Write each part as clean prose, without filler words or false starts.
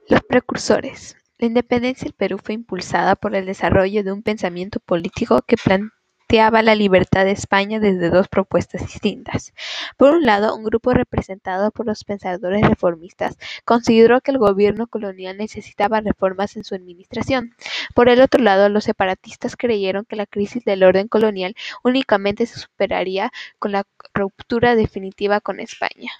Los precursores. La independencia del Perú fue impulsada por el desarrollo de un pensamiento político que planteaba la libertad de España desde dos propuestas distintas. Por un lado, un grupo representado por los pensadores reformistas consideró que el gobierno colonial necesitaba reformas en su administración. Por el otro lado, los separatistas creyeron que la crisis del orden colonial únicamente se superaría con la ruptura definitiva con España.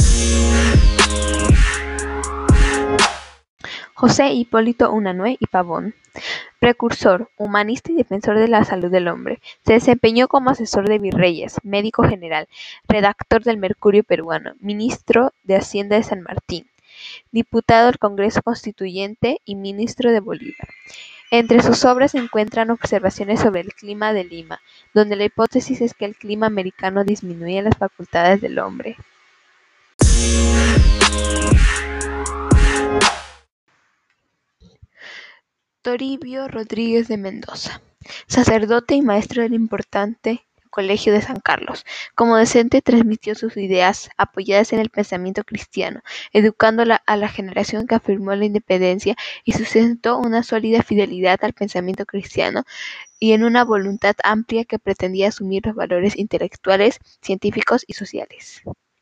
José Hipólito Unanue y Pavón. Precursor, humanista y defensor de la salud del hombre, se desempeñó como asesor de virreyes, médico general, redactor del Mercurio peruano, ministro de Hacienda de San Martín, diputado del Congreso Constituyente y ministro de Bolívar. Entre sus obras se encuentran observaciones sobre el clima de Lima, donde la hipótesis es que el clima americano disminuye las facultades del hombre. Toribio Rodríguez de Mendoza, sacerdote y maestro del importante Colegio de San Carlos. Como docente transmitió sus ideas apoyadas en el pensamiento cristiano, educando a la generación que afirmó la independencia y sustentó una sólida fidelidad al pensamiento cristiano y en una voluntad amplia que pretendía asumir los valores intelectuales, científicos y sociales.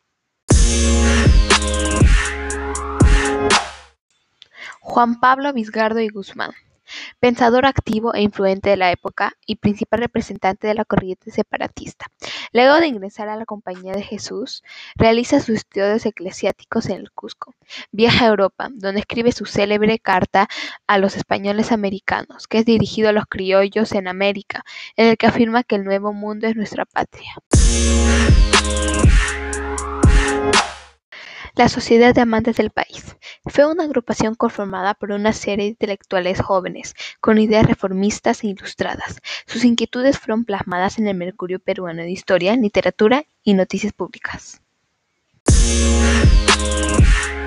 Juan Pablo Visgardo y Guzmán. Pensador activo e influente de la época y principal representante de la corriente separatista. Luego de ingresar a la Compañía de Jesús, realiza sus estudios eclesiásticos en el Cusco. Viaja a Europa, donde escribe su célebre carta a los españoles americanos, que es dirigido a los criollos en América, en el que afirma que el Nuevo Mundo es nuestra patria. La Sociedad de Amantes del País fue una agrupación conformada por una serie de intelectuales jóvenes, con ideas reformistas e ilustradas. Sus inquietudes fueron plasmadas en el Mercurio peruano de Historia, Literatura y Noticias Públicas.